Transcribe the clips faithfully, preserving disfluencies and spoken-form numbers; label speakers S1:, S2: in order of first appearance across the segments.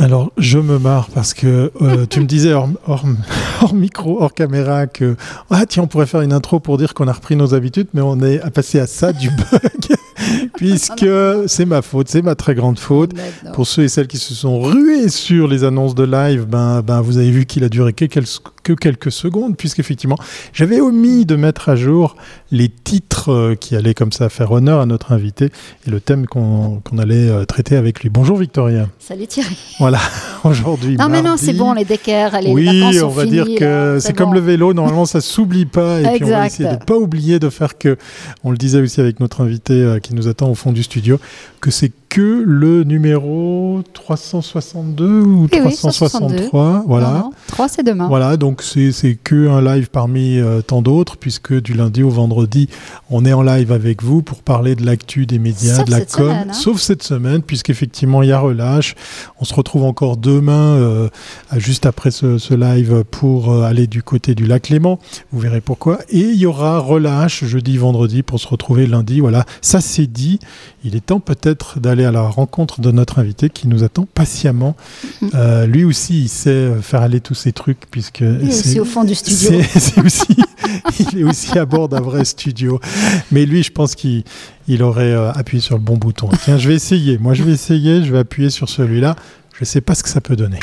S1: Alors, je me marre parce que euh, tu me disais hors, hors, hors micro, hors caméra que ah, tiens, on pourrait faire une intro pour dire qu'on a repris nos habitudes, mais on est passé à ça du bug, puisque c'est ma faute, c'est ma très grande faute. Pour ceux et celles qui se sont rués sur les annonces de live, ben, ben, vous avez vu qu'il a duré que quelques, que quelques secondes, puisqu'effectivement, j'avais omis de mettre à jour les titres euh, qui allaient comme ça faire honneur à notre invité et le thème qu'on, qu'on allait euh, traiter avec lui. Bonjour Victoria.
S2: Salut Thierry.
S1: Voilà, aujourd'hui
S2: Non
S1: mardi.
S2: mais non, c'est bon, les décaires, les
S1: oui,
S2: vacances sont
S1: on va
S2: finies,
S1: dire que
S2: là,
S1: c'est,
S2: c'est
S1: comme
S2: bon.
S1: le vélo, normalement ça s'oublie pas et puis on va
S2: Exact.
S1: essayer de ne pas oublier de faire que, on le disait aussi avec notre invité euh, qui nous attend au fond du studio, que c'est que le numéro trois cent soixante-deux ou
S2: Oui,
S1: trois
S2: oui,
S1: cent soixante-trois,
S2: non,
S1: voilà.
S2: non, trois c'est demain.
S1: Voilà, donc c'est, c'est que un live parmi euh, tant d'autres, puisque du lundi au vendredi, on est en live avec vous pour parler de l'actu des médias,
S2: Sauf
S1: de la
S2: cette
S1: com,
S2: semaine, hein.
S1: sauf cette semaine, puisqu'effectivement il y a relâche. On se retrouve encore demain, euh, juste après ce, ce live, pour euh, aller du côté du lac Léman. Vous verrez pourquoi. Et il y aura relâche jeudi, vendredi pour se retrouver lundi. Voilà, ça c'est dit. Il est temps peut-être d'aller à la rencontre de notre invité qui nous attend patiemment. Euh, lui aussi, il sait faire aller tous ces trucs puisque
S2: Il est
S1: c'est,
S2: aussi au fond du studio.
S1: c'est, c'est aussi, il est aussi à bord d'un vrai studio. Mais lui, je pense qu'il il aurait euh, appuyé sur le bon bouton. Tiens, je vais essayer. Moi, je vais essayer. Je vais appuyer sur celui-là. Je ne sais pas ce que ça peut donner.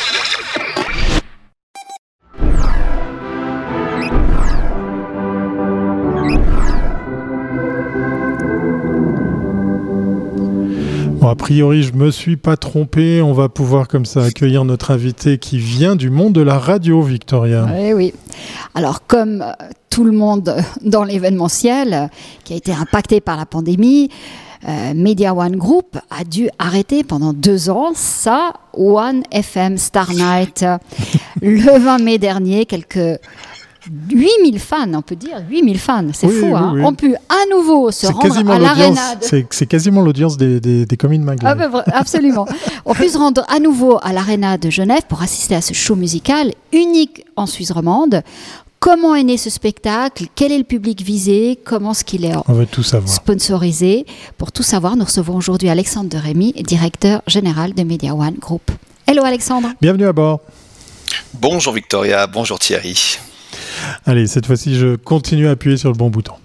S1: Bon, a priori, je me suis pas trompé. On va pouvoir comme ça accueillir notre invité qui vient du monde de la radio, Victoria.
S2: Oui, oui. Alors, comme euh, tout le monde dans l'événementiel euh, qui a été impacté par la pandémie, euh, Media One Group a dû arrêter pendant deux ans sa One F M Star Night. Le vingt mai dernier, quelques huit mille fans, on peut dire huit mille fans, c'est
S1: Oui,
S2: fou,
S1: oui,
S2: hein.
S1: oui.
S2: ont pu à nouveau se
S1: C'est
S2: rendre
S1: quasiment
S2: à
S1: l'audience.
S2: l'aréna. De...
S1: C'est, c'est quasiment l'audience des, des, des communes Maghreb.
S2: Ah ben, vra- absolument. On peut se rendre à nouveau à l'aréna de Genève pour assister à ce show musical unique en Suisse romande. Comment est né ce spectacle? Quel est le public visé? Comment est-ce qu'il est
S1: On veut tout savoir.
S2: sponsorisé? Pour tout savoir, nous recevons aujourd'hui Alexandre de Rémy, directeur général de Media One Group. Hello Alexandre.
S1: Bienvenue à bord.
S3: Bonjour Victoria, bonjour Thierry.
S1: Allez, cette fois-ci, je continue à appuyer sur le bon bouton.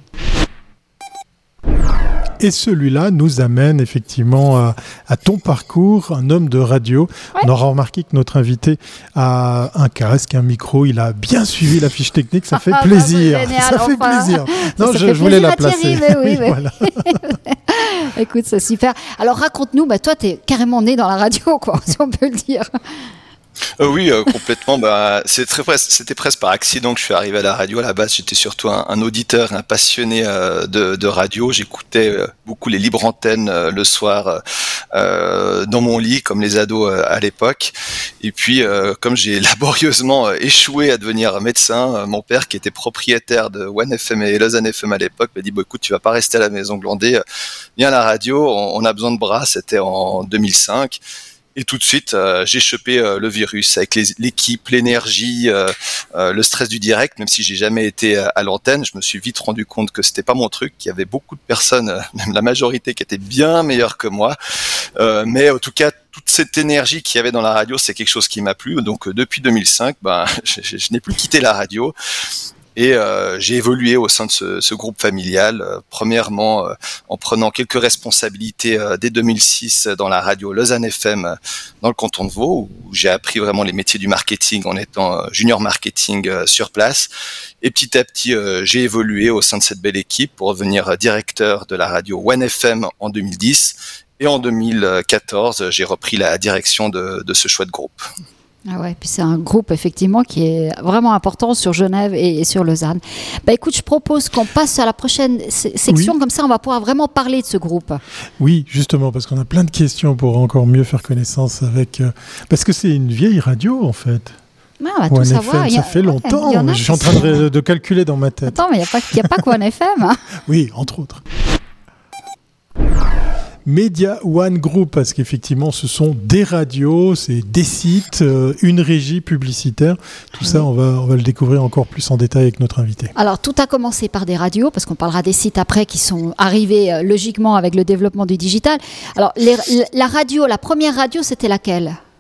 S1: Et celui-là nous amène effectivement à, à ton parcours, un homme de radio.
S2: Ouais.
S1: On aura remarqué que notre invité a un casque, un micro, il a bien suivi la fiche technique, ça fait
S2: Ah,
S1: plaisir.
S2: bah, c'est génial,
S1: ça fait
S2: enfin.
S1: plaisir.
S2: Ça,
S1: Non,
S2: ça
S1: je,
S2: fait
S1: je voulais
S2: plaisir
S1: la
S2: à Thierry,
S1: placer.
S2: mais oui, mais-
S1: voilà.
S2: Écoute, c'est super. Alors raconte-nous, bah, toi, tu es carrément né dans la radio, quoi, si on peut le dire.
S3: Euh, oui, euh, complètement. Bah, c'est très pres- c'était presque par accident que je suis arrivé à la radio. À la base, j'étais surtout un, un auditeur, un passionné euh, de, de radio. J'écoutais euh, beaucoup les libres antennes euh, le soir euh, dans mon lit, comme les ados euh, à l'époque. Et puis, euh, comme j'ai laborieusement euh, échoué à devenir médecin, euh, mon père, qui était propriétaire de One F M et Lausanne F M à l'époque, m'a dit bon, écoute, tu vas pas rester à la maison glandée, euh, viens à la radio, on, on a besoin de bras. C'était en deux mille cinq. Et tout de suite, euh, j'ai chopé euh, le virus avec les, l'équipe, l'énergie, euh, euh, le stress du direct. Même si j'ai jamais été à, à l'antenne, je me suis vite rendu compte que c'était pas mon truc, qu'il y avait beaucoup de personnes, euh, même la majorité, qui étaient bien meilleures que moi. Euh, mais en tout cas, toute cette énergie qu'il y avait dans la radio, c'est quelque chose qui m'a plu. Donc euh, depuis deux mille cinq, ben, je, je, je n'ai plus quitté la radio. Et euh, j'ai évolué au sein de ce, ce groupe familial, euh, premièrement euh, en prenant quelques responsabilités euh, dès deux mille six dans la radio Lausanne F M euh, dans le canton de Vaud, où j'ai appris vraiment les métiers du marketing en étant euh, junior marketing euh, sur place. Et petit à petit, euh, j'ai évolué au sein de cette belle équipe pour devenir directeur de la radio One F M en deux mille dix. Et en deux mille quatorze, j'ai repris la direction de, de ce chouette groupe.
S2: Ah ouais, puis c'est un groupe effectivement qui est vraiment important sur Genève et, et sur Lausanne. Bah écoute, je propose qu'on passe à la prochaine se- section,
S1: Oui.
S2: comme ça on va pouvoir vraiment parler de ce groupe.
S1: Oui, justement, parce qu'on a plein de questions pour encore mieux faire connaissance avec... euh, parce que c'est une vieille radio, en fait.
S2: Ouais, on va tout
S1: One
S2: savoir.
S1: F M,
S2: Il y a-
S1: ça fait
S2: ouais,
S1: longtemps.
S2: il y en a
S1: Je suis en
S2: qui
S1: train
S2: sont-
S1: de, de calculer dans ma tête.
S2: Attends, mais il n'y a pas, il y a pas qu'One F M. Hein.
S1: Oui, entre autres. Media One Group, parce qu'effectivement, ce sont des radios, c'est des sites, euh, une régie publicitaire. Tout ça, on va, on va le découvrir encore plus en détail avec notre invité.
S2: Alors, tout a commencé par des radios, parce qu'on parlera des sites après qui sont arrivés euh, logiquement avec le développement du digital. Alors, les- la radio, la première radio, c'était laquelle ?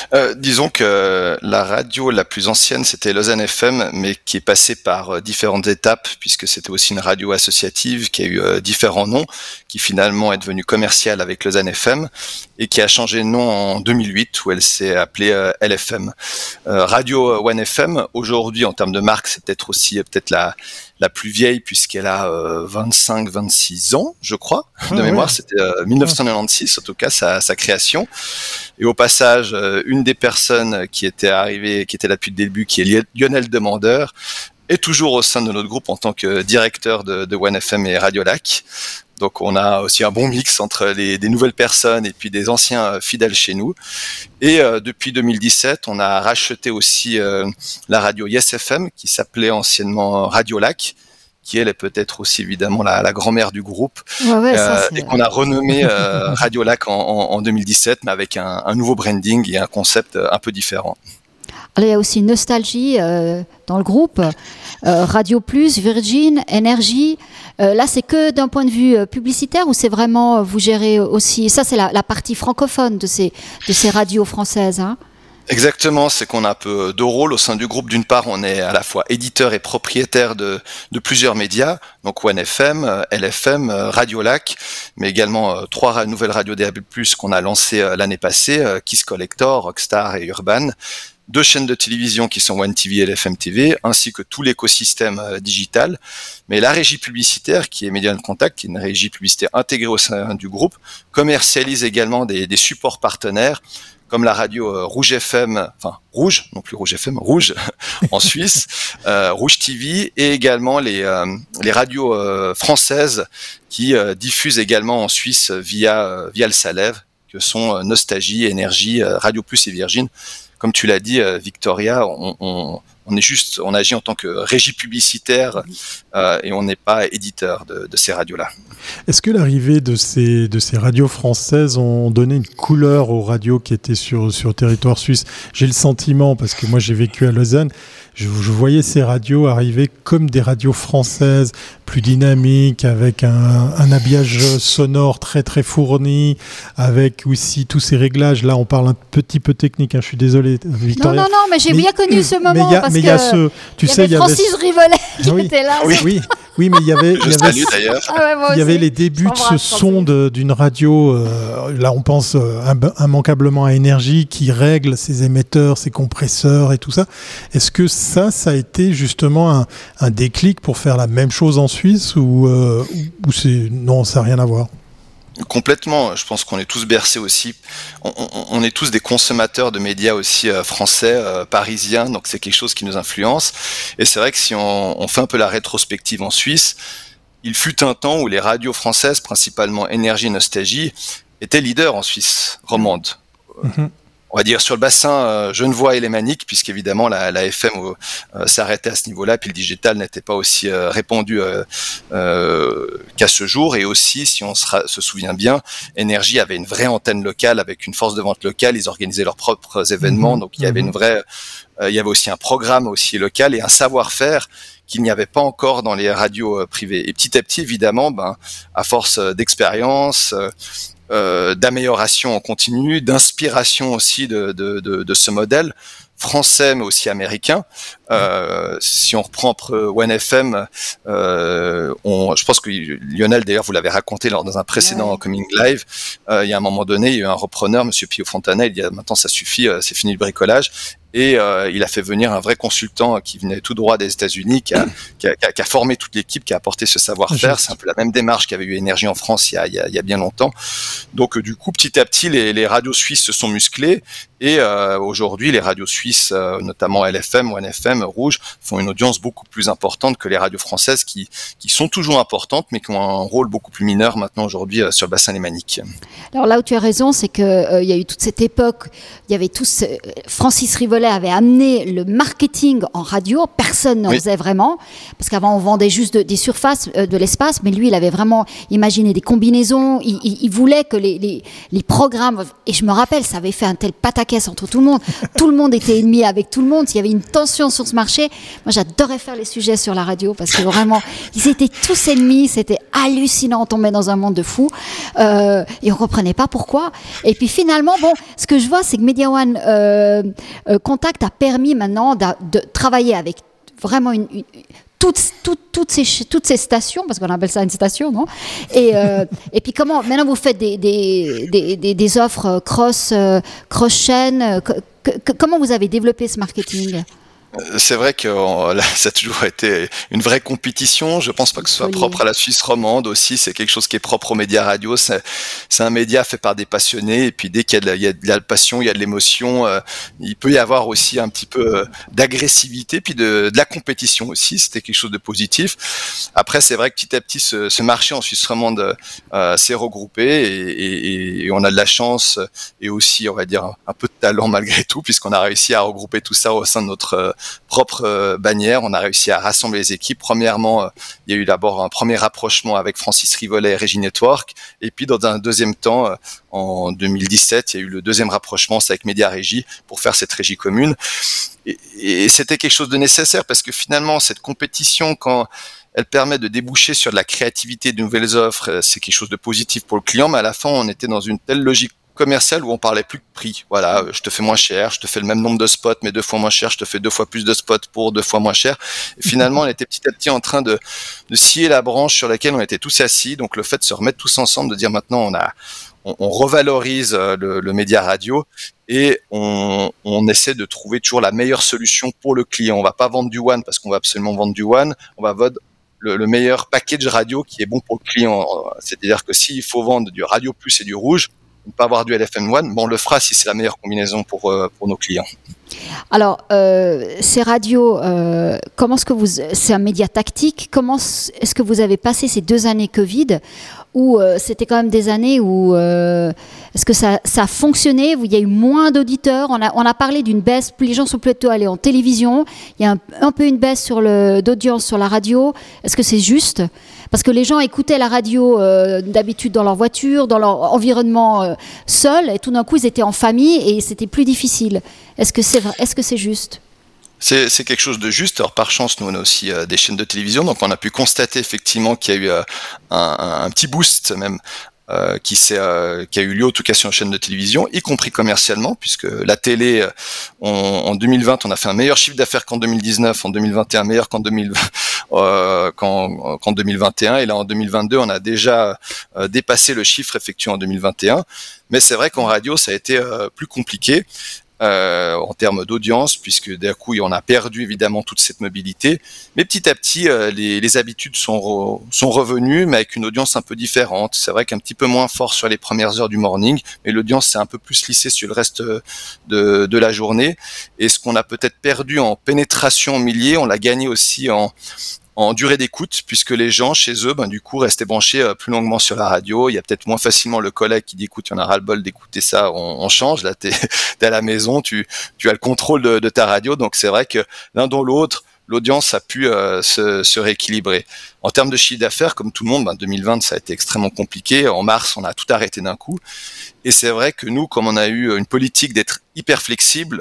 S3: Euh, disons que la radio la plus ancienne, c'était Lausanne F M, mais qui est passée par euh, différentes étapes, puisque c'était aussi une radio associative qui a eu euh, différents noms, qui finalement est devenue commerciale avec Lausanne F M, et qui a changé de nom en deux mille huit, où elle s'est appelée euh, L F M. Euh, Radio One F M, aujourd'hui, en termes de marque, c'est peut-être aussi euh, peut-être la la plus vieille, puisqu'elle a euh, vingt-cinq vingt-six ans, je crois, de ah, mémoire, ouais. C'était euh, dix-neuf cent quatre-vingt-seize, en tout cas, sa, sa création. Et au passage, euh, une des personnes qui était arrivée, qui était là depuis le début, qui est Lionel Demandeur, est toujours au sein de notre groupe en tant que directeur de, de One F M et Radio Lac. Donc on a aussi un bon mix entre les, des nouvelles personnes et puis des anciens fidèles chez nous. Et euh, depuis deux mille dix-sept, on a racheté aussi euh, la radio Yes F M, qui s'appelait anciennement Radio Lac, qui elle est peut-être aussi évidemment la, la grand-mère du groupe,
S2: ouais, ouais, ça,
S3: euh, et qu'on a renommé euh, Radio Lac en, en, en deux mille dix-sept, mais avec un, un nouveau branding et un concept un peu différent.
S2: Alors, il y a aussi Nostalgie euh, dans le groupe, euh, Radio Plus, Virgin, Énergie. Euh, là, c'est que d'un point de vue euh, publicitaire ou c'est vraiment, euh, vous gérez aussi, ça c'est la, la partie francophone de ces, de ces radios françaises, hein?
S3: Exactement, c'est qu'on a un peu deux rôles au sein du groupe. D'une part, on est à la fois éditeur et propriétaire de, de plusieurs médias, donc One F M, L F M, Radio Lac, mais également euh, trois nouvelles radios D A B plus, qu'on a lancées euh, l'année passée, euh, Kiss Collector, Rockstar et Urban. Deux chaînes de télévision qui sont One T V et L F M T V, ainsi que tout l'écosystème euh, digital. Mais la régie publicitaire, qui est Média Contact, qui est une régie publicitaire intégrée au sein du groupe, commercialise également des, des supports partenaires, comme la radio euh, Rouge F M, enfin Rouge, non plus Rouge F M, Rouge en Suisse, euh, Rouge T V, et également les, euh, les radios euh, françaises qui euh, diffusent également en Suisse via, euh, via le Salève, que sont euh, Nostalgie, Énergie, euh, Radio Plus et Virgin. Comme tu l'as dit, euh, Victoria, on, on, on est juste, on agit en tant que régie publicitaire euh, et on n'est pas éditeur de, de ces radios-là.
S1: Est-ce que l'arrivée de ces, de ces radios françaises ont donné une couleur aux radios qui étaient sur, sur le territoire suisse ? J'ai le sentiment, parce que moi j'ai vécu à Lausanne, je, je voyais ces radios arriver comme des radios françaises, plus dynamiques, avec un, un habillage sonore très très fourni, avec aussi tous ces réglages. Là, on parle un petit peu technique, hein, je suis désolé, Victoria.
S2: Non, non, non, mais j'ai mais, bien connu ce moment,
S1: mais y a,
S2: parce
S1: mais
S2: que
S1: y a ce, tu
S2: y
S1: sais,
S2: avait
S1: y
S2: Francis
S1: avait...
S2: Rivolet qui
S1: oui,
S2: était là.
S1: Oui, oui, oui, mais il y avait...
S3: Je
S1: y
S3: salue
S1: avait,
S3: d'ailleurs.
S2: Ah ouais, moi
S1: il y avait
S2: aussi.
S1: les débuts de ce son de, d'une radio, euh, là on pense euh, immanquablement à Énergie, qui règle ses émetteurs, ses compresseurs et tout ça. Est-ce que ça, ça a été justement un, un déclic pour faire la même chose en Suisse ou, euh, ou c'est... non, ça n'a rien à voir?
S3: Complètement, je pense qu'on est tous bercés aussi, on, on, on est tous des consommateurs de médias aussi euh, français, euh, parisiens, donc c'est quelque chose qui nous influence. Et c'est vrai que si on, on fait un peu la rétrospective en Suisse, il fut un temps où les radios françaises, principalement Énergie et Nostalgie, étaient leaders en Suisse romande. Mm-hmm. On va dire sur le bassin euh, genevois et lémanique, puisqu'évidemment la, la F M euh, s'arrêtait à ce niveau-là, puis le digital n'était pas aussi euh, répandu euh, euh, qu'à ce jour. Et aussi, si on se, se souvient bien, Énergie avait une vraie antenne locale avec une force de vente locale. Ils organisaient leurs propres événements, mmh, donc il y avait une vraie, euh, il y avait aussi un programme aussi local et un savoir-faire qu'il n'y avait pas encore dans les radios euh, privées. Et petit à petit, évidemment, ben, à force d'expérience, euh, Euh, d'amélioration en continu, d'inspiration aussi de, de, de, de ce modèle français mais aussi américain. Euh, si on reprend One F M, euh, on, je pense que Lionel d'ailleurs vous l'avez raconté lors dans un précédent ouais. Coming Live, euh, il y a un moment donné il y a eu un repreneur, Monsieur Pio Fontana, il dit maintenant ça suffit, euh, c'est fini le bricolage. Et euh, il a fait venir un vrai consultant qui venait tout droit des États-Unis, qui a, qui a, qui a formé toute l'équipe, qui a apporté ce savoir-faire. C'est un peu la même démarche qu'avait eu Énergie en France il y a, il y a, il y a bien longtemps. Donc euh, du coup, petit à petit, les, les radios suisses se sont musclées. Et euh, aujourd'hui, les radios suisses, euh, notamment L F M, One F M, Rouge, font une audience beaucoup plus importante que les radios françaises qui, qui sont toujours importantes, mais qui ont un rôle beaucoup plus mineur maintenant aujourd'hui euh, sur le bassin lémanique.
S2: Alors là où tu as raison, c'est qu'il euh, y a eu toute cette époque, il y avait tous euh, Francis Rivolet Rivollet avait amené le marketing en radio. Personne n'en
S3: Oui.
S2: faisait vraiment, parce qu'avant on vendait juste de, des surfaces, euh, de l'espace, mais lui il avait vraiment imaginé des combinaisons. Il, il, il voulait que les, les, les programmes, et je me rappelle, ça avait fait un tel pataquès entre tout le monde. Tout le monde était ennemi avec tout le monde. Il y avait une tension sur ce marché. Moi j'adorais faire les sujets sur la radio parce que vraiment ils étaient tous ennemis. C'était hallucinant. On tombait dans un monde de fous euh, et on comprenait pas pourquoi. Et puis finalement, bon, ce que je vois, c'est que Media One euh, euh, Contact a permis maintenant de, de travailler avec vraiment une, une toutes, toutes, toutes, ces, toutes ces stations, parce qu'on appelle ça une station, non? Et, euh, et puis comment, maintenant vous faites des, des, des, des, des offres cross, euh, cross chaîne. Que, que, comment vous avez développé ce marketing?
S3: C'est vrai que euh, là, ça a toujours été une vraie compétition. Je pense pas que ce soit
S2: Folie.
S3: propre à la Suisse romande aussi. C'est quelque chose qui est propre aux médias radio. C'est, c'est un média fait par des passionnés. Et puis dès qu'il y a de la, il y a de la passion, il y a de l'émotion, euh, il peut y avoir aussi un petit peu euh, d'agressivité, puis de, de la compétition aussi. C'était quelque chose de positif. Après, c'est vrai que petit à petit, ce, ce marché en Suisse romande euh, s'est regroupé et, et, et on a de la chance et aussi, on va dire, un peu de talent malgré tout, puisqu'on a réussi à regrouper tout ça au sein de notre euh, propre euh, bannière. On a réussi à rassembler les équipes. Premièrement, euh, il y a eu d'abord un premier rapprochement avec Francis Rivollet et Régie Network. Et puis, dans un deuxième temps, euh, en deux mille dix-sept, il y a eu le deuxième rapprochement, c'est avec Média Régie pour faire cette régie commune. Et, et c'était quelque chose de nécessaire parce que finalement, cette compétition, quand elle permet de déboucher sur de la créativité, de nouvelles offres, c'est quelque chose de positif pour le client. Mais à la fin, on était dans une telle logique commercial où on parlait plus de prix. Voilà, je te fais moins cher, je te fais le même nombre de spots, mais deux fois moins cher, je te fais deux fois plus de spots pour deux fois moins cher. Et finalement, on était petit à petit en train de, de scier la branche sur laquelle on était tous assis. Donc, le fait de se remettre tous ensemble, de dire maintenant, on a, on, on revalorise le, le média radio et on, on essaie de trouver toujours la meilleure solution pour le client. On va pas vendre du one parce qu'on va absolument vendre du one. On va vendre le, le meilleur package radio qui est bon pour le client. C'est-à-dire que s'il faut vendre du radio plus et du rouge, ne pas avoir du L F M one, bon, on le fera si c'est la meilleure combinaison pour, euh, pour nos clients.
S2: Alors, euh, ces radios, euh, comment est-ce que vous, c'est un média tactique, comment est-ce que vous avez passé ces deux années Covid, où euh, c'était quand même des années où, euh, est-ce que ça, ça a fonctionné, où il y a eu moins d'auditeurs, on a, on a parlé d'une baisse, les gens sont plutôt allés en télévision, il y a un, un peu une baisse sur le, d'audience sur la radio, est-ce que c'est juste ? Parce que les gens écoutaient la radio euh, d'habitude dans leur voiture, dans leur environnement euh, seul, et tout d'un coup ils étaient en famille et c'était plus difficile. Est-ce que c'est vrai ? Est-ce que c'est juste ?
S3: C'est, c'est quelque chose de juste. Alors, par chance, nous, on a aussi euh, des chaînes de télévision, donc on a pu constater effectivement qu'il y a eu euh, un, un, un petit boost même. Euh, qui, s'est, euh, qui a eu lieu en tout cas sur une chaîne de télévision, y compris commercialement, puisque la télé, on, en deux mille vingt, on a fait un meilleur chiffre d'affaires qu'en deux mille dix-neuf, en deux mille vingt et un meilleur qu'en, deux mille vingt, euh, qu'en, qu'en deux mille vingt et un, et là en deux mille vingt-deux, on a déjà euh, dépassé le chiffre effectué en deux mille vingt et un, mais c'est vrai qu'en radio, ça a été euh, plus compliqué. Euh, en termes d'audience, puisque d'un coup on a perdu évidemment toute cette mobilité, mais petit à petit euh, les, les habitudes sont, re, sont revenues, mais avec une audience un peu différente. C'est vrai qu'un petit peu moins fort sur les premières heures du morning, mais l'audience s'est un peu plus lissée sur le reste de, de la journée, et ce qu'on a peut-être perdu en pénétration en milliers, on l'a gagné aussi en en durée d'écoute, puisque les gens, chez eux, ben, du coup, restaient branchés euh, plus longuement sur la radio. Il y a peut-être moins facilement le collègue qui dit, écoute, il y en a ras-le-bol d'écouter ça, on, on change. Là, t'es, t'es à la maison, tu, tu as le contrôle de, de ta radio. Donc, c'est vrai que l'un dans l'autre, l'audience a pu euh, se, se rééquilibrer. En termes de chiffre d'affaires, comme tout le monde, ben, deux mille vingt, ça a été extrêmement compliqué. En mars, on a tout arrêté d'un coup. Et c'est vrai que nous, comme on a eu une politique d'être hyper flexible,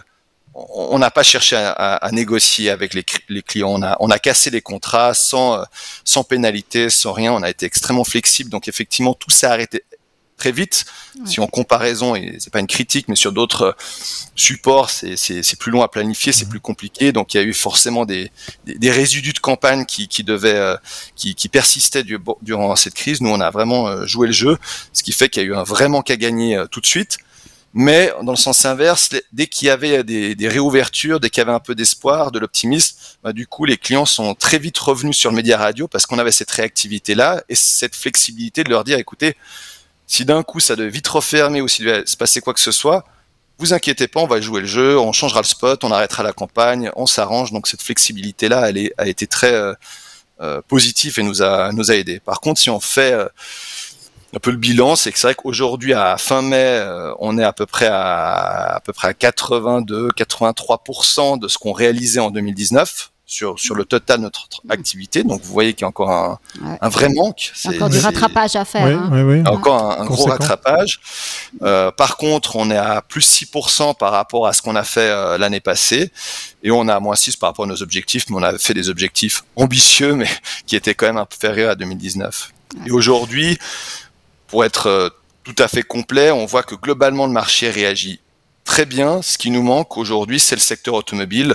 S3: on n'a pas cherché à, à, à négocier avec les, les clients. On a, on a cassé les contrats sans, sans pénalité, sans rien. On a été extrêmement flexible. Donc effectivement, tout s'est arrêté très vite. Ouais. Si en comparaison, et c'est pas une critique, mais sur d'autres supports, c'est, c'est, c'est plus long à planifier, c'est plus compliqué. Donc il y a eu forcément des, des, des résidus de campagne qui, qui devaient, euh, qui, qui persistaient du, durant cette crise. Nous, on a vraiment joué le jeu, ce qui fait qu'il y a eu un vrai manque à gagner euh, tout de suite. Mais dans le sens inverse, dès qu'il y avait des, des réouvertures, dès qu'il y avait un peu d'espoir, de l'optimisme, bah, du coup, les clients sont très vite revenus sur le média radio parce qu'on avait cette réactivité-là et cette flexibilité de leur dire, écoutez, si d'un coup ça devait vite refermer ou s'il devait se passer quoi que ce soit, vous inquiétez pas, on va jouer le jeu, on changera le spot, on arrêtera la campagne, on s'arrange. Donc cette flexibilité-là, elle est, a été très euh, euh, positive et nous a, nous a aidés. Par contre, si on fait... Euh, un peu le bilan, c'est que c'est vrai qu'aujourd'hui, à fin mai, euh, on est à peu près à, à peu près à quatre-vingt-deux, quatre-vingt-trois pour cent de ce qu'on réalisait en deux mille dix-neuf. Sur, sur le total de notre activité. Donc, vous voyez qu'il y a encore un, ouais. un vrai manque.
S2: C'est, encore du rattrapage à faire.
S1: Oui,
S2: hein.
S1: oui, oui.
S3: Encore un, un gros rattrapage. Euh, par contre, on est à plus six pour cent par rapport à ce qu'on a fait euh, l'année passée. Et on est à moins six par rapport à nos objectifs. Mais on a fait des objectifs ambitieux, mais qui étaient quand même inférieurs à deux mille dix-neuf. Ouais. Et aujourd'hui, pour être euh, tout à fait complet, on voit que globalement, le marché réagit très bien. Ce qui nous manque aujourd'hui, c'est le secteur automobile,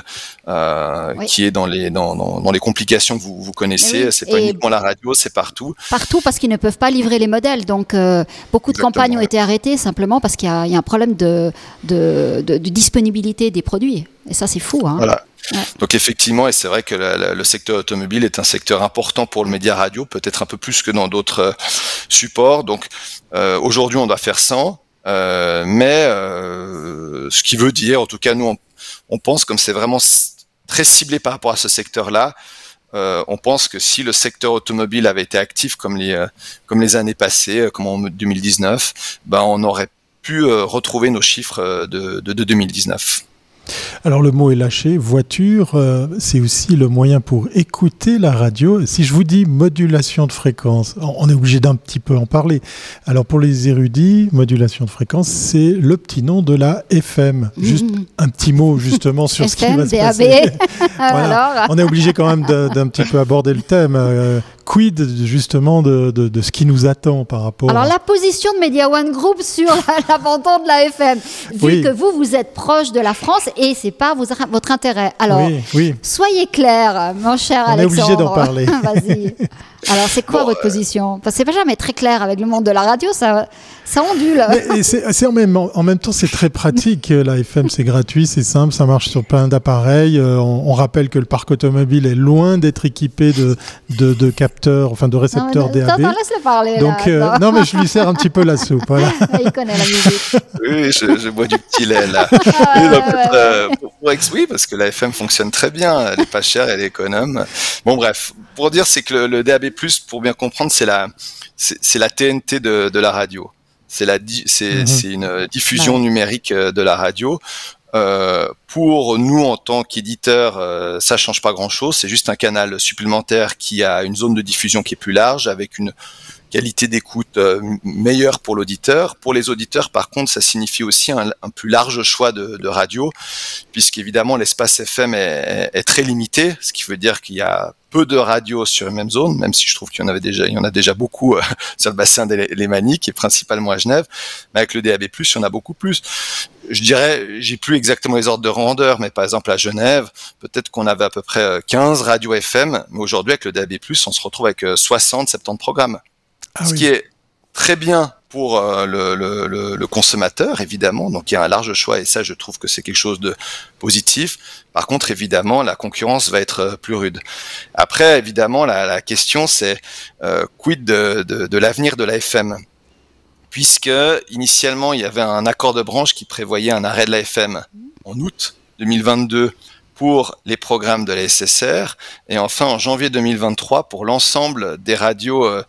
S3: euh, oui. qui est dans les dans, dans, dans les complications que vous, vous connaissez. Oui. C'est pas et uniquement la radio, c'est partout.
S2: Partout, parce qu'ils ne peuvent pas livrer les modèles. Donc, euh, beaucoup de Exactement, campagnes ouais. ont été arrêtées simplement parce qu'il y a, il y a un problème de, de, de, de disponibilité des produits. Et ça, c'est fou. Hein.
S3: Voilà. Ouais. Donc effectivement, et c'est vrai que la, la, le secteur automobile est un secteur important pour le média radio, peut-être un peu plus que dans d'autres euh, supports. Donc euh, aujourd'hui, on doit faire cent. Euh, mais euh, ce qui veut dire, en tout cas nous on, on pense, comme c'est vraiment très ciblé par rapport à ce secteur-là, euh, on pense que si le secteur automobile avait été actif comme les euh, comme les années passées, comme en deux mille dix-neuf, ben on aurait pu euh, retrouver nos chiffres de, de, de deux mille dix-neuf.
S1: Alors le mot est lâché, voiture, euh, c'est aussi le moyen pour écouter la radio. Si je vous dis modulation de fréquence, on est obligé d'un petit peu en parler. Alors pour les érudits, modulation de fréquence, c'est le petit nom de la F M. Mmh. Juste un petit mot justement sur ce qui va se passer. Voilà. Alors. On est obligé quand même de, d'un petit peu aborder le thème. Euh, quid justement de, de, de ce qui nous attend par rapport...
S2: Alors la position de Media One Group sur l'abandon de la F M, vu oui. que vous, vous êtes proche de la France et c'est pas vos, votre intérêt. Alors, oui, oui. soyez clair, mon cher
S1: On
S2: Alexandre.
S1: On est obligé d'en parler.
S2: Vas-y. Alors, c'est quoi bon, votre position ? Parce que c'est pas jamais très clair avec le monde de la radio, ça, ça ondule.
S1: Mais, c'est, c'est en, même, en même temps, c'est très pratique. La F M, c'est gratuit, c'est simple, ça marche sur plein d'appareils. Euh, on, on rappelle que le parc automobile est loin d'être équipé de, de, de capteurs, enfin de récepteurs
S2: non,
S1: D A B.
S2: Attends, laisse-le parler.
S1: Donc,
S2: là,
S1: euh, non, mais je lui sers un petit peu la soupe. Voilà.
S2: Il connaît la musique.
S3: Oui, je, je bois du petit lait là. Ah, donc, ouais, euh, ouais. Pour, pour ex, oui, parce que la F M fonctionne très bien. Elle est pas chère, elle est économe. Bon, bref, pour dire, c'est que le, le D A B plus, pour bien comprendre, c'est la, c'est, c'est la T N T de, de la radio. C'est la, c'est, mmh. c'est une diffusion ouais. numérique de la radio. Euh, pour nous, en tant qu'éditeurs, euh, ça change pas grand-chose. C'est juste un canal supplémentaire qui a une zone de diffusion qui est plus large, avec une qualité d'écoute euh, meilleure pour l'auditeur. Pour les auditeurs, par contre, ça signifie aussi un, un plus large choix de, de radio, puisqu'évidemment l'espace F M est, est, est très limité, ce qui veut dire qu'il y a peu de radios sur une même zone, même si je trouve qu'il y en avait déjà, il y en a déjà beaucoup euh, sur le bassin des Lémaniques et principalement à Genève. Mais avec le D A B plus, il y en a beaucoup plus. Je dirais, j'ai plus exactement les ordres de grandeur, mais par exemple à Genève, peut-être qu'on avait à peu près quinze radios F M, mais aujourd'hui avec le D A B plus, on se retrouve avec soixante, soixante-dix programmes. Ah, ce oui. qui est très bien pour euh, le, le, le, le consommateur, évidemment. Donc, il y a un large choix et ça, je trouve que c'est quelque chose de positif. Par contre, évidemment, la concurrence va être plus rude. Après, évidemment, la, la question, c'est euh, quid de, de, de l'avenir de la F M ? Puisque, initialement, il y avait un accord de branche qui prévoyait un arrêt de la F M en août deux mille vingt-deux pour les programmes de la S S R, et enfin en janvier deux mille vingt-trois pour l'ensemble des radios euh,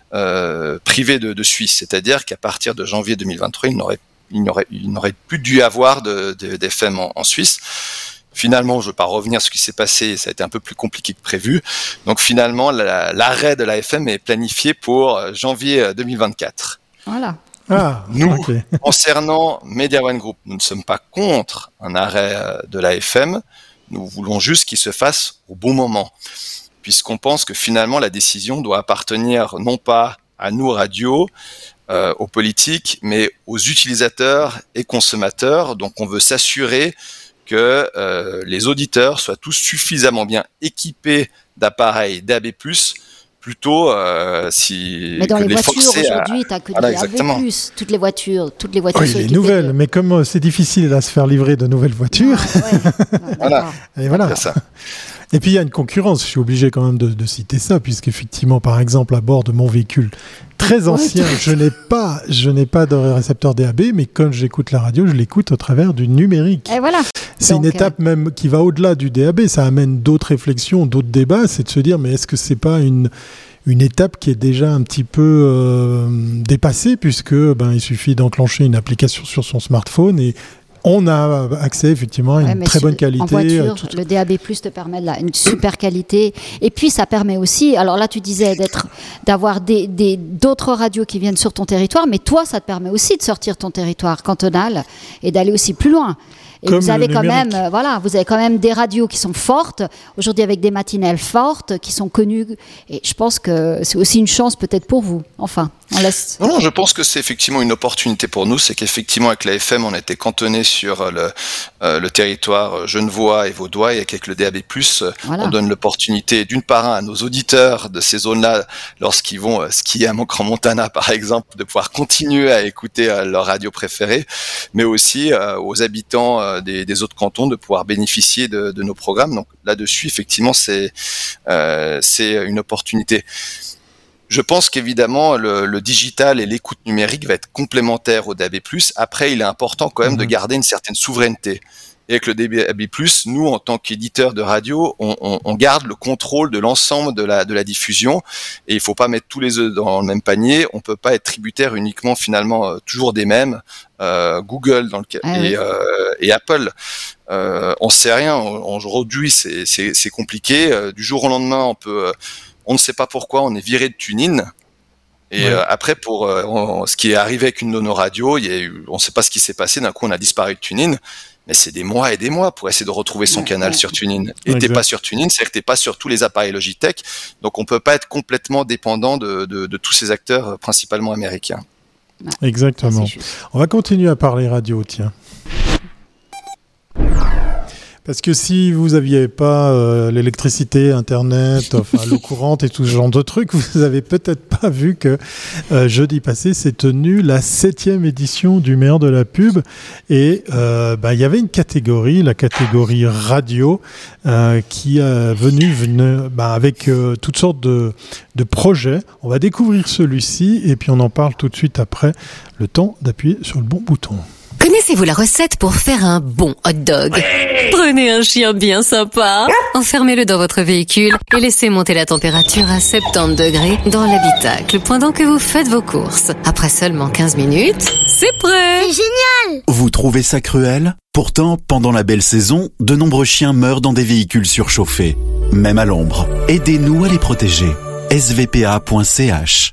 S3: euh, privées de, de Suisse. C'est-à-dire qu'à partir de janvier deux mille vingt-trois, il n'aurait, il n'aurait, il n'aurait plus dû avoir de, de, d'F M en, en Suisse. Finalement, je ne veux pas revenir sur ce qui s'est passé, ça a été un peu plus compliqué que prévu. Donc finalement, la, l'arrêt de la F M est planifié pour janvier deux mille vingt-quatre.
S2: Voilà.
S1: Ah,
S3: nous,
S1: okay.
S3: concernant Media One Group, nous ne sommes pas contre un arrêt de la F M. Nous voulons juste qu'il se fasse au bon moment, puisqu'on pense que finalement la décision doit appartenir non pas à nous radios, euh, aux politiques, mais aux utilisateurs et consommateurs. Donc on veut s'assurer que euh, les auditeurs soient tous suffisamment bien équipés d'appareils D A B plus, plutôt euh, si
S2: mais dans
S3: que
S2: les,
S3: les
S2: voitures
S3: forcer
S2: aujourd'hui,
S3: à...
S2: t'as que
S3: voilà,
S2: des D A B plus, toutes les voitures, toutes les voitures
S1: oui,
S2: sont
S1: les
S2: équipées
S1: nouvelles,
S2: de...
S1: mais comme euh, c'est difficile à se faire livrer de nouvelles voitures.
S2: Ah, ouais. ah,
S3: voilà.
S1: Et voilà.
S3: C'est ça.
S1: Et puis il y a une concurrence, je suis obligé quand même de, de citer ça, puisqu'effectivement, par exemple, à bord de mon véhicule très ancien, ouais, je n'ai pas, je n'ai pas de récepteur D A B, mais quand j'écoute la radio, je l'écoute au travers du numérique.
S2: Et voilà.
S1: C'est Donc, une étape euh... même qui va au-delà du D A B, ça amène d'autres réflexions, d'autres débats, c'est de se dire, mais est-ce que c'est pas une une étape qui est déjà un petit peu euh, dépassée, puisque ben, il suffit d'enclencher une application sur son smartphone et on a accès effectivement à une ouais, très bonne qualité.
S2: En voiture, tout... le D A B plus, te permet de la, une super qualité. Et puis ça permet aussi, alors là tu disais d'être, d'avoir des, des, d'autres radios qui viennent sur ton territoire, mais toi ça te permet aussi de sortir ton territoire cantonal et d'aller aussi plus loin. Et Comme vous avez quand même, euh, voilà, vous avez quand même des radios qui sont fortes, aujourd'hui avec des matinales fortes, qui sont connues. Et je pense que c'est aussi une chance peut-être pour vous. Enfin, on laisse.
S3: Non, non, je pense que c'est effectivement une opportunité pour nous. C'est qu'effectivement avec la F M, on était cantonné sur le, euh, le territoire genevois et vaudois, et avec le D A B plus, voilà. On donne l'opportunité d'une part à nos auditeurs de ces zones-là, lorsqu'ils vont euh, skier à Mont-Grand-Montana par exemple, de pouvoir continuer à écouter euh, leur radio préférée, mais aussi euh, aux habitants euh, Des, des autres cantons de pouvoir bénéficier de, de nos programmes. Donc là-dessus, effectivement, c'est, euh, c'est une opportunité. Je pense qu'évidemment, le, le digital et l'écoute numérique va être complémentaire au D A B plus. Après, il est important quand même mmh. de garder une certaine souveraineté. Et avec le D A B plus, nous, en tant qu'éditeurs de radio, on, on, on garde le contrôle de l'ensemble de la, de la diffusion. Et il faut pas mettre tous les œufs dans le même panier. On peut pas être tributaire uniquement, finalement, euh, toujours des mêmes. Euh, Google dans le cas ah, et, oui. euh, et Apple. Euh, on sait rien. Aujourd'hui, c'est, c'est, c'est compliqué. Euh, du jour au lendemain, on peut, euh, on ne sait pas pourquoi, on est viré de TuneIn. Et ouais. euh, après, pour euh, on, ce qui est arrivé avec une de nos radios, il y a eu, on ne sait pas ce qui s'est passé. D'un coup, on a disparu de TuneIn. Mais c'est des mois et des mois pour essayer de retrouver son canal sur TuneIn. Et exact. T'es pas sur TuneIn, c'est-à-dire que t'es pas sur tous les appareils Logitech. Donc on peut pas être complètement dépendant de, de, de tous ces acteurs, principalement américains.
S1: Exactement. On va continuer à parler radio, tiens. Parce que si vous n'aviez pas euh, l'électricité, Internet, enfin, l'eau courante et tout ce genre de trucs, vous n'avez peut-être pas vu que euh, jeudi passé s'est tenue la septième édition du Meilleur de la Pub. Et euh, bah, y avait une catégorie, la catégorie radio, euh, qui est venue, venue bah, avec euh, toutes sortes de, de projets. On va découvrir celui-ci et puis on en parle tout de suite après. Le temps d'appuyer sur le bon bouton.
S4: Connaissez-vous la recette pour faire un bon hot dog ? Prenez un chien bien sympa, enfermez-le dans votre véhicule et laissez monter la température à soixante-dix degrés dans l'habitacle pendant que vous faites vos courses. Après seulement quinze minutes, c'est prêt !
S5: C'est génial !
S6: Vous trouvez ça cruel ? Pourtant, pendant la belle saison, de nombreux chiens meurent dans des véhicules surchauffés, même à l'ombre. Aidez-nous à les protéger. s v p a point c h.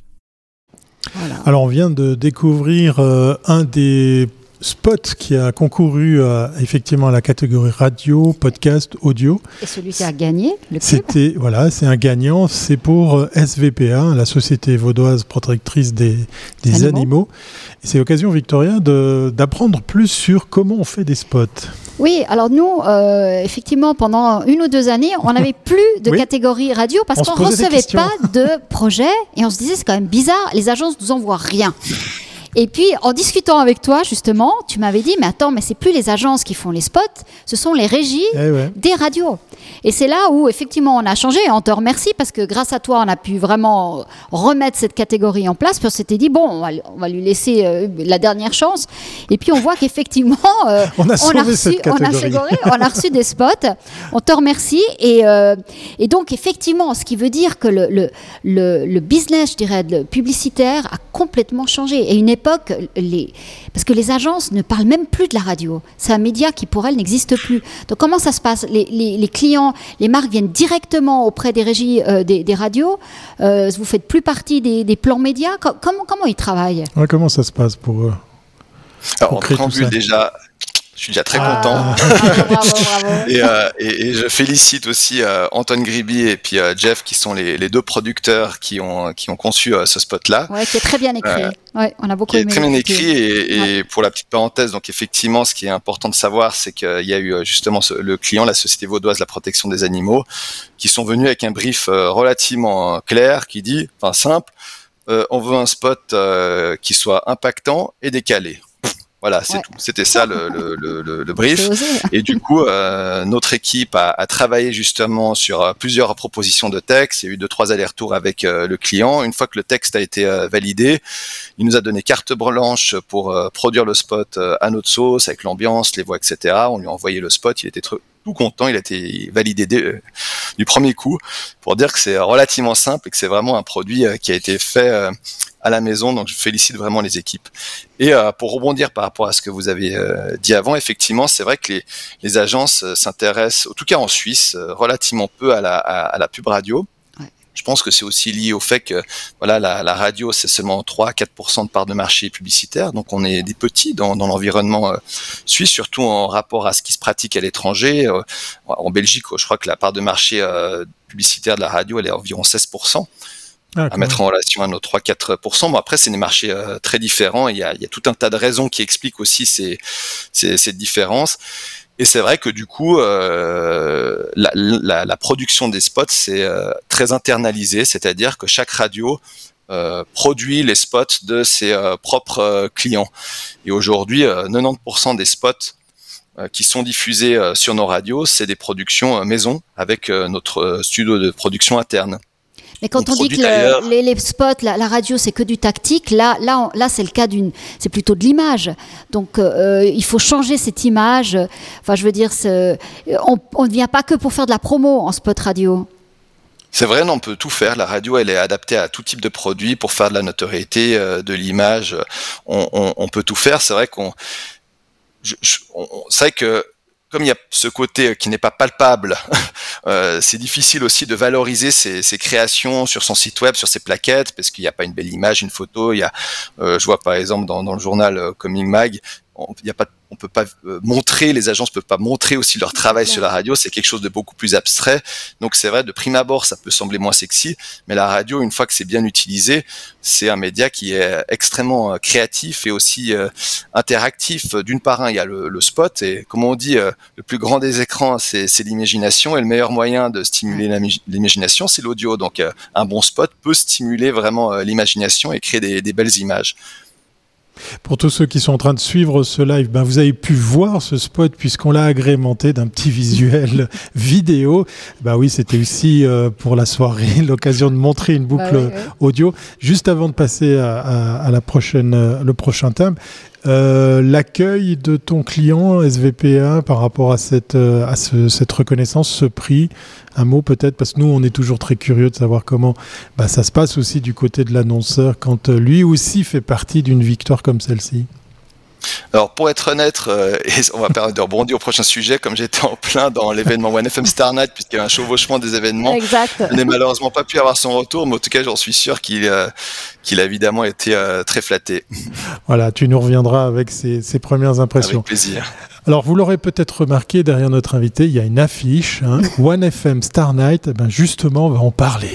S1: Voilà. Alors, on vient de découvrir euh, un des Spot qui a concouru à, effectivement à la catégorie radio, podcast, audio.
S2: Et celui qui a gagné le pub.
S1: C'était voilà, c'est un gagnant. C'est pour S V P A, la Société vaudoise protectrice des, des animaux. animaux. Et c'est l'occasion, Victoria, de, d'apprendre plus sur comment on fait des spots.
S2: Oui, alors nous, euh, effectivement, pendant une ou deux années, on n'avait plus de oui. catégorie radio parce on qu'on ne recevait pas de projet et on se disait c'est quand même bizarre, les agences nous envoient rien. Et puis, en discutant avec toi, justement, tu m'avais dit, mais attends, mais c'est plus les agences qui font les spots, ce sont les régies eh ouais. des radios. Et c'est là où, effectivement, on a changé. Et on te remercie parce que grâce à toi, on a pu vraiment remettre cette catégorie en place. Puis on s'était dit, bon, on va, on va lui laisser euh, la dernière chance. Et puis, on voit qu'effectivement, euh,
S1: on, a
S2: on, a reçu, on, a ségoré, on a reçu des spots. On te remercie. Et, euh, et donc, effectivement, ce qui veut dire que le, le, le, le business, je dirais, le publicitaire a complètement changé. Et une époque, les... parce que les agences ne parlent même plus de la radio. C'est un média qui, pour elles, n'existe plus. Donc, comment ça se passe ? les, les, les clients, les marques viennent directement auprès des régies euh, des, des radios. Euh, vous faites plus partie des, des plans médias. Com- comment, comment ils travaillent ?
S1: Ouais, comment ça se passe pour eux ?
S3: Alors, en préambule, déjà... Je suis déjà très ah. content.
S2: Bravo, bravo, bravo.
S3: et, euh, et, et je félicite aussi euh, Antoine Griby et puis euh, Jeff, qui sont les, les deux producteurs qui ont, qui ont conçu euh, ce spot-là.
S2: Ouais, qui est très bien écrit. Euh, ouais, on a beaucoup
S3: qui
S2: aimé.
S3: Qui est très bien écrit. Et, et ouais. pour la petite parenthèse, donc effectivement, ce qui est important de savoir, c'est qu'il y a eu justement ce, le client, la Société vaudoise de la protection des animaux, qui sont venus avec un brief euh, relativement clair, qui dit, enfin simple, euh, on veut un spot euh, qui soit impactant et décalé. Voilà, c'est ouais. tout. C'était ça le, le, le, le brief. Et du coup, euh, notre équipe a, a travaillé justement sur euh, plusieurs propositions de texte. Il y a eu deux, trois allers-retours avec euh, le client. Une fois que le texte a été euh, validé, il nous a donné carte blanche pour euh, produire le spot euh, à notre sauce, avec l'ambiance, les voix, et cetera. On lui a envoyé le spot. Il était tr- tout content, il a été validé dès, euh, du premier coup, pour dire que c'est relativement simple et que c'est vraiment un produit euh, qui a été fait euh, à la maison, donc je félicite vraiment les équipes. Et euh, pour rebondir par rapport à ce que vous avez euh, dit avant, effectivement, c'est vrai que les, les agences euh, s'intéressent, en tout cas en Suisse, euh, relativement peu à la, à, à la pub radio. Ouais. Je pense que c'est aussi lié au fait que voilà, la, la radio, c'est seulement trois à quatre pour cent de part de marché publicitaire, donc on est des petits dans, dans l'environnement euh, suisse, surtout en rapport à ce qui se pratique à l'étranger. Euh, en Belgique, je crois que la part de marché euh, publicitaire de la radio, elle est environ seize pour cent. Ah, à mettre en relation à nos trois à quatre pour cent. Bon, après, c'est des marchés euh, très différents. Il y, a, il y a tout un tas de raisons qui expliquent aussi ces, ces, ces différences. Et c'est vrai que du coup, euh, la, la, la production des spots, c'est euh, très internalisé. C'est-à-dire que chaque radio euh, produit les spots de ses euh, propres euh, clients. Et aujourd'hui, euh, quatre-vingt-dix pour cent des spots euh, qui sont diffusés euh, sur nos radios, c'est des productions euh, maison avec euh, notre studio de production interne.
S2: Mais quand on, on dit que le, les, les spots, la, la radio, c'est que du tactique, là, là, on, là, c'est le cas d'une, c'est plutôt de l'image. Donc, euh, il faut changer cette image. Enfin, je veux dire, c'est, on ne vient pas que pour faire de la promo en spot radio.
S3: C'est vrai, non, on peut tout faire. La radio, elle est adaptée à tout type de produit pour faire de la notoriété, euh, de l'image. On, on, on peut tout faire. C'est vrai qu'on, je, je, on, c'est vrai que comme il y a ce côté qui n'est pas palpable, euh, c'est difficile aussi de valoriser ses, ses créations sur son site web, sur ses plaquettes, parce qu'il n'y a pas une belle image, une photo. Il y a, euh, je vois par exemple dans, dans le journal euh, Coming Mag, on, il y a pas, on peut pas euh, montrer, les agences peuvent pas montrer aussi leur travail sur la radio. C'est quelque chose de beaucoup plus abstrait. Donc c'est vrai, de prime abord, ça peut sembler moins sexy, mais la radio, une fois que c'est bien utilisé, c'est un média qui est extrêmement créatif et aussi euh, interactif. D'une part, hein, il y a le, le spot et comme on dit, euh, le plus grand des écrans, c'est, c'est l'imagination et le meilleur moyen de stimuler l'imagination, c'est l'audio. Donc euh, un bon spot peut stimuler vraiment euh, l'imagination et créer des, des belles images.
S1: Pour tous ceux qui sont en train de suivre ce live, ben vous avez pu voir ce spot puisqu'on l'a agrémenté d'un petit visuel vidéo. Ben oui, c'était aussi euh, pour la soirée l'occasion de montrer une boucle bah oui, oui. audio. Juste avant de passer à, à, à la prochaine, euh, le prochain thème, euh, l'accueil de ton client S V P A par rapport à cette, euh, à ce, cette reconnaissance, ce prix. Un mot peut-être, parce que nous, on est toujours très curieux de savoir comment bah, ça se passe aussi du côté de l'annonceur quand euh, lui aussi fait partie d'une victoire comme celle-ci.
S3: Alors pour être honnête, euh, et on va permettre de rebondir au prochain sujet, comme j'étais en plein dans l'événement One F M Star Night, puisqu'il y a un chevauchement des événements,
S2: exact.
S3: Je n'ai malheureusement pas pu avoir son retour, mais en tout cas j'en suis sûr qu'il, euh, qu'il a évidemment été euh, très flatté.
S1: Voilà, tu nous reviendras avec ses, ses premières impressions.
S3: Avec plaisir.
S1: Alors vous l'aurez peut-être remarqué, derrière notre invité, il y a une affiche, hein, One F M Star Night, eh ben justement on va en parler.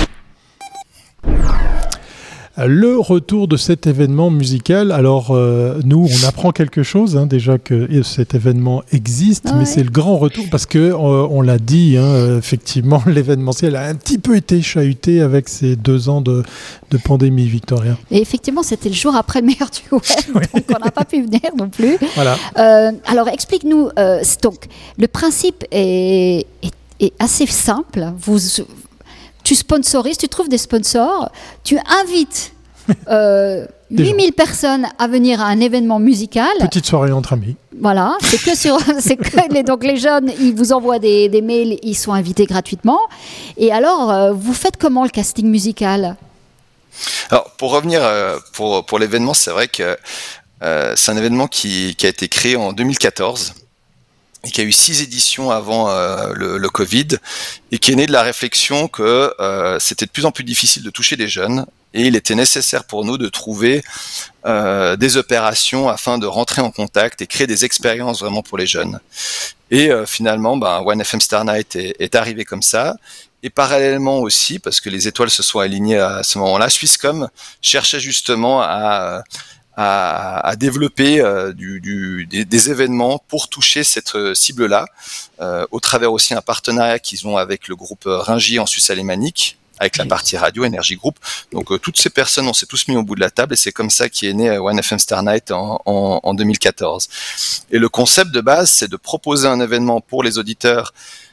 S1: Le retour de cet événement musical, alors euh, nous on apprend quelque chose hein, déjà que cet événement existe, ah mais ouais. c'est le grand retour parce que euh, on l'a dit, hein, effectivement l'événementiel a un petit peu été chahuté avec ces deux ans de, de pandémie, Victoria.
S2: Et effectivement c'était le jour après le meilleur du web, oui. donc on n'a pas pu venir non plus.
S1: Voilà.
S2: Euh, alors explique-nous, euh, donc le principe est, est, est assez simple, vous... Tu sponsorises, tu trouves des sponsors, tu invites euh, huit mille personnes à venir à un événement musical.
S1: Petite soirée entre amis.
S2: Voilà, c'est que sur, c'est que les, donc les jeunes, ils vous envoient des, des mails, ils sont invités gratuitement. Et alors, euh, vous faites comment le casting musical ?
S3: Alors, pour revenir euh, pour pour l'événement, c'est vrai que euh, c'est un événement qui qui a été créé en deux mille quatorze. Et qui a eu six éditions avant euh, le, le Covid, et qui est né de la réflexion que euh, c'était de plus en plus difficile de toucher des jeunes, et il était nécessaire pour nous de trouver euh, des opérations afin de rentrer en contact et créer des expériences vraiment pour les jeunes. Et euh, finalement, ben, One F M Star Night est, est arrivé comme ça, et parallèlement aussi, parce que les étoiles se sont alignées à ce moment-là, Swisscom cherchait justement à... À, à développer euh, du, du, des, des événements pour toucher cette euh, cible-là, euh, au travers aussi un partenariat qu'ils ont avec le groupe Ringier en Suisse alémanique, avec la partie radio, Energy Group. Donc euh, toutes ces personnes, on s'est tous mis au bout de la table et c'est comme ça qu'est né One F M Star Night en, en, en deux mille quatorze. Et le concept de base, c'est de proposer un événement pour les auditeurs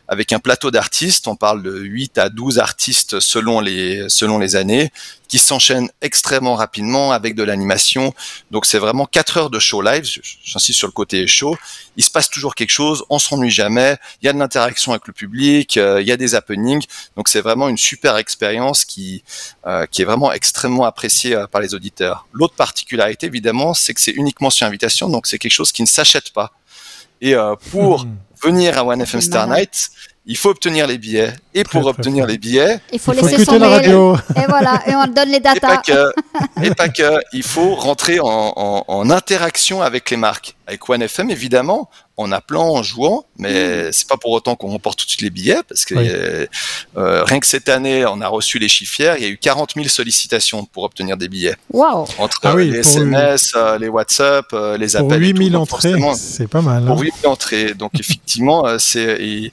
S3: avec un plateau d'artistes. On parle de huit à douze artistes selon les, selon les années, qui s'enchaînent extrêmement rapidement avec de l'animation. Donc c'est vraiment quatre heures de show live. J'insiste sur le côté show. Il se passe toujours quelque chose, on s'ennuie jamais. Il y a de l'interaction avec le public, euh, il y a des happenings. Donc c'est vraiment une super expérience qui, euh, qui est vraiment extrêmement appréciée euh, par les auditeurs. L'autre particularité, évidemment, c'est que c'est uniquement sur invitation. Donc c'est quelque chose qui ne s'achète pas. Et euh, pour mmh. venir à one F M Star Night, il faut obtenir les billets. Et très, pour obtenir les billets,
S2: il faut
S1: il
S2: laisser
S1: faut
S2: son mail.
S1: Radio.
S2: Et voilà, et on donne les datas.
S3: Et pas que, et pas que, il faut rentrer en, en, en interaction avec les marques. Avec one F M, évidemment, en appelant, en jouant, mais mmh. c'est pas pour autant qu'on remporte tout de suite les billets, parce que oui. euh, euh, rien que cette année, on a reçu les chiffres hier, il y a eu quarante mille sollicitations pour obtenir des billets.
S2: Wow.
S3: Entre ah oui, les S M S, eux, euh, les WhatsApp, euh, les appels.
S1: Pour huit mille
S3: tout,
S1: entrées, c'est pas mal. Hein.
S3: Pour huit mille entrées, donc effectivement, euh, c'est, il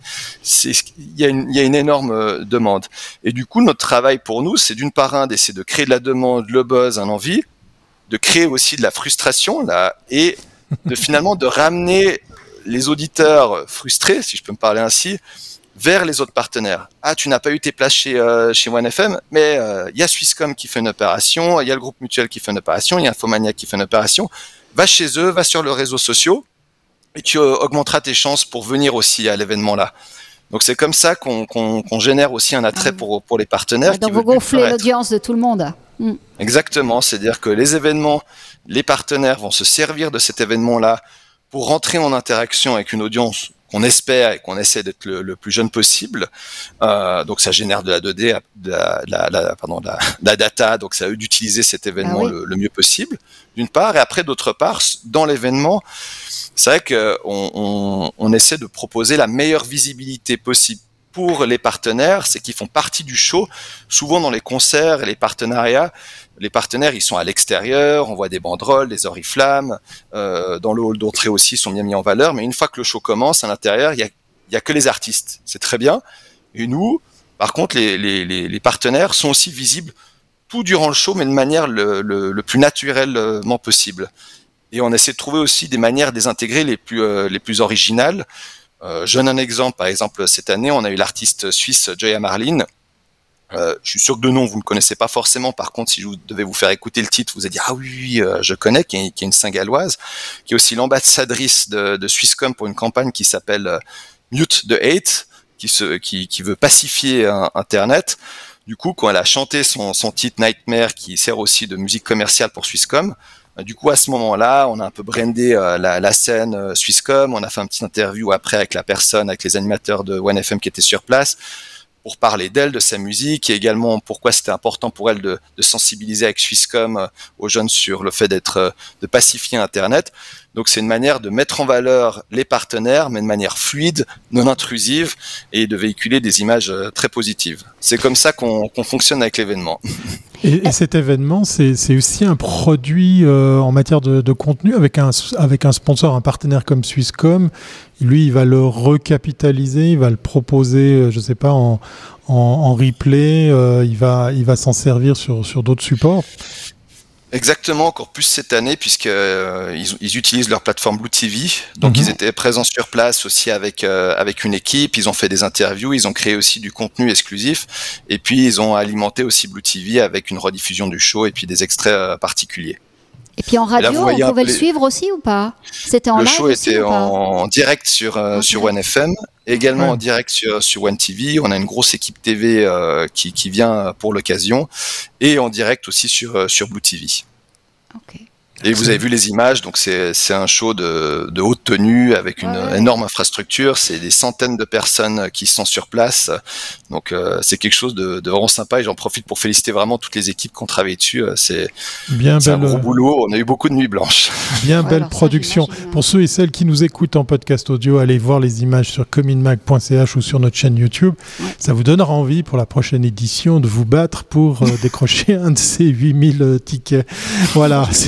S3: y a une, il y a une énorme euh, demande. Et du coup, notre travail pour nous, c'est d'une part un, d'essayer de créer de la demande, le buzz, un envie, de créer aussi de la frustration, là, et de finalement de ramener les auditeurs frustrés, si je peux me parler ainsi, vers les autres partenaires. Ah, tu n'as pas eu tes places chez, euh, chez one F M, mais il euh, y a Swisscom qui fait une opération, il y a le groupe Mutuel qui fait une opération, il y a Infomania qui fait une opération. Va chez eux, va sur leurs réseaux sociaux, et tu euh, augmenteras tes chances pour venir aussi à l'événement-là. Donc c'est comme ça qu'on, qu'on, qu'on génère aussi un attrait pour, pour les partenaires.
S2: Donc vous gonflez l'audience de tout le monde. Mm.
S3: Exactement, c'est-à-dire que les événements, les partenaires vont se servir de cet événement-là pour rentrer en interaction avec une audience qu'on espère et qu'on essaie d'être le, le plus jeune possible. Euh, donc ça génère de la deux D, de la, de la, la, pardon, de la, de la data, donc ça a eu d'utiliser cet événement ah oui. le, le mieux possible, d'une part, et après d'autre part, dans l'événement, c'est vrai qu'on on, on essaie de proposer la meilleure visibilité possible pour les partenaires, c'est qu'ils font partie du show. Souvent dans les concerts et les partenariats, les partenaires ils sont à l'extérieur, on voit des banderoles, des oriflammes, euh, dans le hall d'entrée aussi ils sont bien mis en valeur, mais une fois que le show commence, à l'intérieur, il y a, il y a que les artistes, c'est très bien. Et nous, par contre, les, les, les, les partenaires sont aussi visibles tout durant le show, mais de manière le, le, le plus naturellement possible. Et on essaie de trouver aussi des manières de les intégrer les plus, euh, les plus originales. Euh, je donne un exemple, par exemple, cette année, on a eu l'artiste suisse Joya Marlin. Euh, je suis sûr que de nom, vous ne le connaissez pas forcément. Par contre, si je devais vous faire écouter le titre, vous allez dire « Ah oui, euh, je connais », qui est, qui est une Saint-Galloise, qui est aussi l'ambassadrice de, de Swisscom pour une campagne qui s'appelle euh, Mute the Hate, qui, se, qui, qui veut pacifier euh, Internet. Du coup, quand elle a chanté son, son titre Nightmare, qui sert aussi de musique commerciale pour Swisscom, du coup, à ce moment-là, on a un peu brandé euh, la, la scène euh, Swisscom, on a fait un petit interview après avec la personne, avec les animateurs de one F M qui étaient sur place, pour parler d'elle, de sa musique, et également pourquoi c'était important pour elle de, de sensibiliser avec Swisscom euh, aux jeunes sur le fait d'être, euh, de pacifier Internet. Donc c'est une manière de mettre en valeur les partenaires, mais de manière fluide, non intrusive, et de véhiculer des images euh, très positives. C'est comme ça qu'on, qu'on fonctionne avec l'événement.
S1: Et, et cet événement, c'est, c'est aussi un produit euh, en matière de, de contenu avec un, avec un sponsor, un partenaire comme Swisscom. Lui, il va le recapitaliser, il va le proposer, je ne sais pas, en, en, en replay, euh, il va, il va s'en servir sur, sur d'autres supports.
S3: Exactement, encore plus cette année, puisque euh, ils, ils utilisent leur plateforme Blue T V. Donc, mm-hmm. ils étaient présents sur place aussi avec euh, avec une équipe. Ils ont fait des interviews, ils ont créé aussi du contenu exclusif. Et puis, ils ont alimenté aussi Blue T V avec une rediffusion du show et puis des extraits euh, particuliers.
S2: Et puis en radio, là, on pouvait le suivre aussi ou pas ? C'était en
S3: le
S2: live
S3: show
S2: aussi,
S3: était en, en direct sur euh, okay. sur one F M, également ouais. en direct sur sur one T V. On a une grosse équipe T V euh, qui qui vient pour l'occasion, et en direct aussi sur euh, sur Blue T V.
S2: Okay.
S3: Et vous avez vu les images, donc c'est c'est un show de de haute tenue avec une ouais. énorme infrastructure. C'est des centaines de personnes qui sont sur place, donc euh, c'est quelque chose de, de vraiment sympa. Et j'en profite pour féliciter vraiment toutes les équipes qui ont travaillé dessus. C'est bien c'est belle, un gros boulot. On a eu beaucoup de nuits blanches.
S1: Bien
S2: ouais,
S1: belle production. Ça, pour ceux et celles qui nous écoutent en podcast audio, allez voir les images sur cominmag point c h ou sur notre chaîne YouTube. Ouais. Ça vous donnera envie pour la prochaine édition de vous battre pour euh, décrocher un de ces huit mille euh, tickets. Voilà. C'est,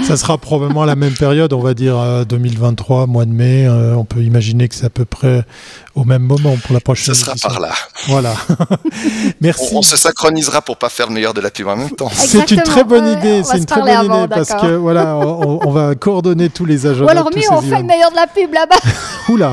S1: Ça sera probablement à la même période, on va dire euh, deux mille vingt-trois, mois de mai. Euh, on peut imaginer que c'est à peu près au même moment pour la prochaine
S3: Ce sera
S1: édition.
S3: par là.
S1: Voilà. Merci.
S3: On, on se synchronisera pour pas faire le meilleur de la pub en même temps.
S1: C'est une très bonne idée.
S2: Ouais,
S1: c'est une très bonne
S2: avant,
S1: idée parce
S2: d'accord.
S1: que voilà, on, on va coordonner tous les agendas.
S2: Ou alors
S1: tous
S2: mieux,
S1: ces
S2: on fait
S1: events.
S2: le meilleur de la pub là-bas.
S1: Oula,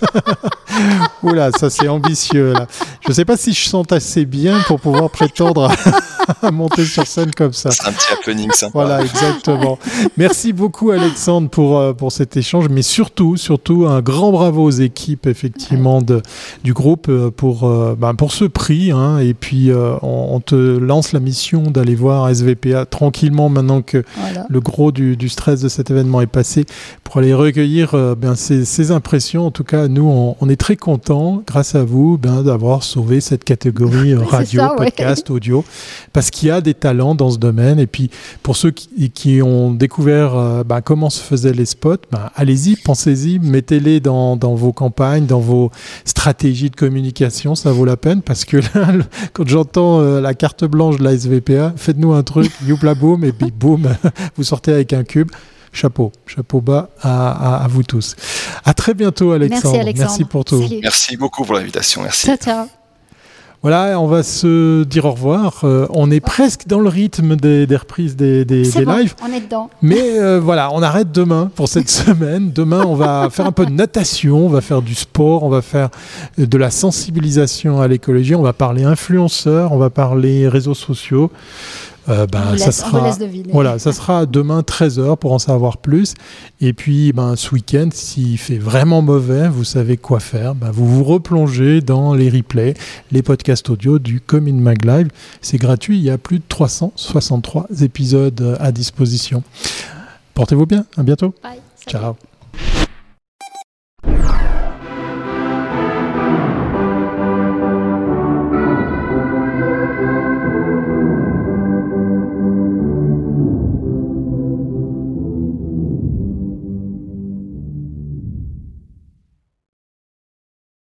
S1: oula, ça c'est ambitieux là. Je ne sais pas si je sens assez bien pour pouvoir prétendre à monter sur scène comme ça.
S3: C'est un petit happening sympa.
S1: Voilà, exactement. Merci beaucoup Alexandre pour euh, pour cet échange, mais surtout, surtout un grand bravo aux équipes effectivement de du groupe euh, pour euh, ben, pour ce prix. Hein, et puis euh, on, on te lance la mission d'aller voir S V P A tranquillement maintenant que
S2: Voilà.
S1: le gros du, du stress de cet événement est passé, pour aller recueillir euh, ben, ces, ces impressions. En tout cas, nous, on, on est très contents, grâce à vous, ben, d'avoir sauvé cette catégorie euh,
S2: Oui, c'est
S1: radio,
S2: ça, ouais.
S1: podcast, audio, parce qu'il y a des talents dans ce domaine. Et puis, pour ceux qui, qui ont découvert euh, ben, comment se faisaient les spots, ben, allez-y, pensez-y, mettez-les dans, dans vos campagnes, dans vos stratégies de communication, ça vaut la peine, parce que là, le- quand j'entends euh, la carte blanche de la S V P A, faites-nous un truc, youpla boum, et puis boum, vous sortez avec un cube. Chapeau, chapeau bas à, à, à vous tous. À très bientôt, Alexandre.
S2: Merci Alexandre.
S1: Merci pour tout.
S2: Salut.
S3: Merci beaucoup pour l'invitation. Merci.
S2: Ciao, ciao.
S1: Voilà, on va se dire au revoir. Euh, on est presque dans le rythme des, des reprises des, des,
S2: C'est
S1: des
S2: bon,
S1: lives.
S2: on est dedans.
S1: Mais euh, voilà, on arrête demain pour cette semaine. Demain, on va faire un peu de natation, on va faire du sport, on va faire de la sensibilisation à l'écologie, on va parler influenceurs, on va parler réseaux sociaux. Euh, ben,
S2: On vous
S1: ça
S2: laisse- on
S1: sera,
S2: vous laisse deviner.
S1: voilà, ça sera demain treize heures pour en savoir plus. Et puis, ben, ce week-end, s'il fait vraiment mauvais, vous savez quoi faire. Ben, vous vous replongez dans les replays, les podcasts audio du Comin Mag Live. C'est gratuit, il y a plus de trois cent soixante-trois épisodes à disposition. Portez-vous bien, à bientôt.
S2: Bye. Salut.
S1: Ciao.